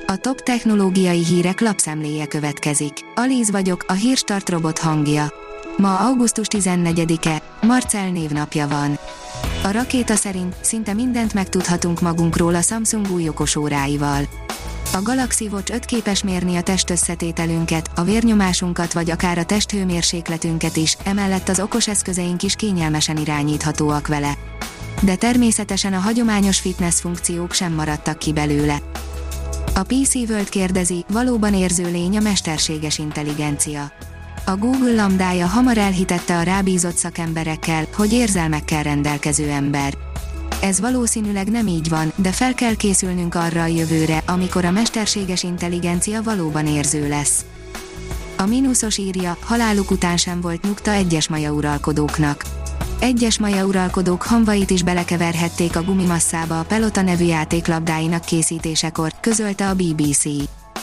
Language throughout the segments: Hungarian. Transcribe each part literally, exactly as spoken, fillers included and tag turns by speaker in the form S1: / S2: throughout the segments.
S1: A top technológiai hírek lapszemléje következik. Alíz vagyok, a Hírstart robot hangja. Ma augusztus tizennegyedike, Marcell névnapja van. A rakéta szerint szinte mindent megtudhatunk magunkról a Samsung új okosóráival. A Galaxy Watch öt képes mérni a testösszetételünket, a vérnyomásunkat vagy akár a testhőmérsékletünket is, emellett az okos eszközeink is kényelmesen irányíthatóak vele. De természetesen a hagyományos fitness funkciók sem maradtak ki belőle. A pé cé World kérdezi, valóban érző lény a mesterséges intelligencia. A Google lambdája hamar elhitette a rábízott szakemberekkel, hogy érzelmekkel rendelkező ember. Ez valószínűleg nem így van, de fel kell készülnünk arra a jövőre, amikor a mesterséges intelligencia valóban érző lesz. A mínuszos írja, haláluk után sem volt nyugta egyes maja uralkodóknak. Egyes maja uralkodók hamvait is belekeverhették a gumimasszába a Pelota nevű játéklabdáinak készítésekor, közölte a bé bé cé.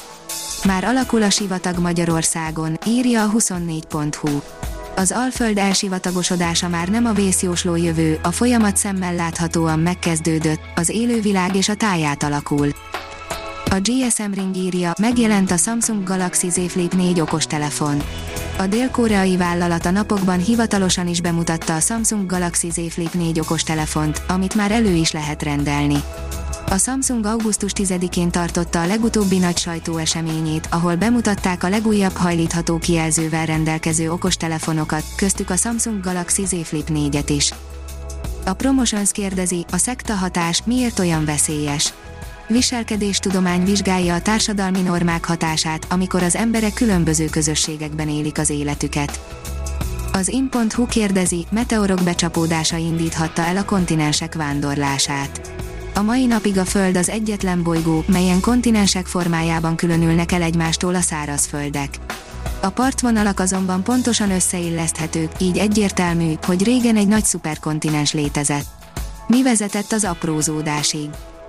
S1: Már alakul a sivatag Magyarországon, írja a huszonnégy pont hu. Az Alföld elsivatagosodása már nem a vészjósló jövő, a folyamat szemmel láthatóan megkezdődött, az élővilág és a táját alakul. A gé es em Ring írja, megjelent a Samsung Galaxy Z Flip négy okostelefon. A dél-koreai vállalat a napokban hivatalosan is bemutatta a Samsung Galaxy Z Flip négy okostelefont, amit már elő is lehet rendelni. A Samsung augusztus tizedikén tartotta a legutóbbi nagy sajtóeseményét, ahol bemutatták a legújabb hajlítható kijelzővel rendelkező okostelefonokat, köztük a Samsung Galaxy Z Flip négyet is. A Promotions kérdezi, a szekta hatás miért olyan veszélyes? Viselkedéstudomány vizsgálja a társadalmi normák hatását, amikor az emberek különböző közösségekben élik az életüket. Az in pont hu kérdezi, meteorok becsapódása indíthatta el a kontinensek vándorlását. A mai napig a Föld az egyetlen bolygó, melyen kontinensek formájában különülnek el egymástól a szárazföldek. A partvonalak azonban pontosan összeilleszthetők, így egyértelmű, hogy régen egy nagy szuperkontinens létezett. Mi vezetett az aprózódásig?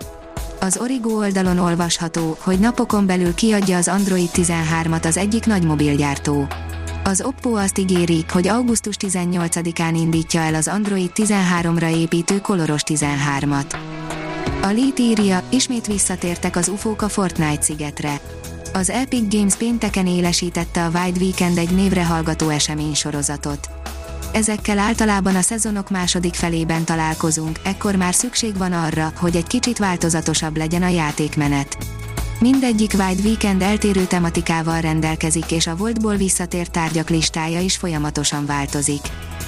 S1: Az Origo oldalon olvasható, hogy napokon belül kiadja az Android tizenhármat az egyik nagy mobilgyártó. Az Oppo azt ígéri, hogy augusztus tizennyolcadikán indítja el az Android tizenháromra építő koloros tizenhármat. A Lead írja, ismét visszatértek az ufók a Fortnite szigetre. Az Epic Games pénteken élesítette a Wide Weekend egy névre hallgató eseménysorozatot. Ezekkel általában a szezonok második felében találkozunk, ekkor már szükség van arra, hogy egy kicsit változatosabb legyen a játékmenet. Mindegyik Wide Weekend eltérő tematikával rendelkezik, és a voltból visszatért tárgyak listája is folyamatosan változik.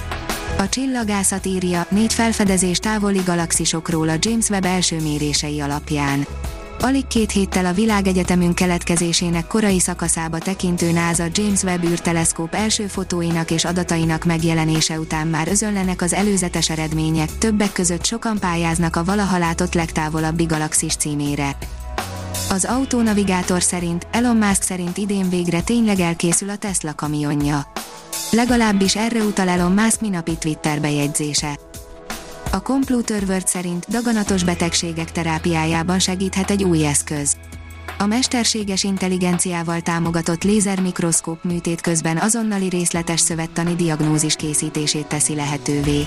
S1: A csillagászat írja, négy felfedezés távoli galaxisokról a James Webb első mérései alapján. Alig két héttel a világegyetemünk keletkezésének korai szakaszába tekintő NASA James Webb űrteleszkóp első fotóinak és adatainak megjelenése után már özönlenek az előzetes eredmények, többek között sokan pályáznak a valaha látott legtávolabbi galaxis címére. Az Autonavigátor szerint, Elon Musk szerint idén végre tényleg elkészül a Tesla kamionja. Legalábbis erre utal Elon Musk minapi Twitter bejegyzése. A Computer World szerint daganatos betegségek terápiájában segíthet egy új eszköz. A mesterséges intelligenciával támogatott lézermikroszkóp műtét közben azonnali részletes szövettani diagnózis készítését teszi lehetővé.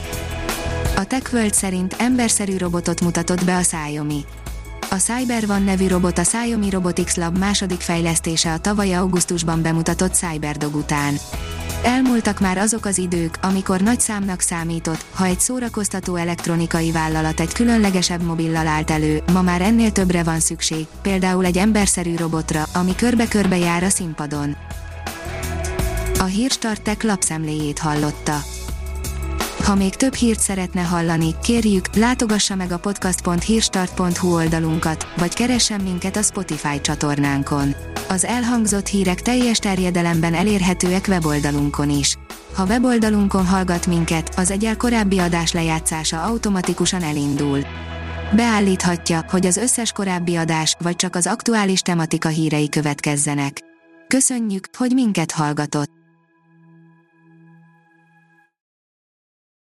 S1: A TechWorld szerint emberszerű robotot mutatott be a Xiaomi. A CyberOne nevű robot a Xiaomi Robotics Lab második fejlesztése a tavaly augusztusban bemutatott CyberDog után. Elmúltak már azok az idők, amikor nagy számnak számított, ha egy szórakoztató elektronikai vállalat egy különlegesebb mobillal állt elő, ma már ennél többre van szükség, például egy emberszerű robotra, ami körbe-körbe jár a színpadon. A Hírstart Tech lapszemléjét hallotta. Ha még több hírt szeretne hallani, kérjük, látogassa meg a podcast pont hírstart pont hu oldalunkat, vagy keressen minket a Spotify csatornánkon. Az elhangzott hírek teljes terjedelemben elérhetőek weboldalunkon is. Ha weboldalunkon hallgat minket, az egyel korábbi adás lejátszása automatikusan elindul. Beállíthatja, hogy az összes korábbi adás, vagy csak az aktuális tematika hírei következzenek. Köszönjük, hogy minket hallgatott!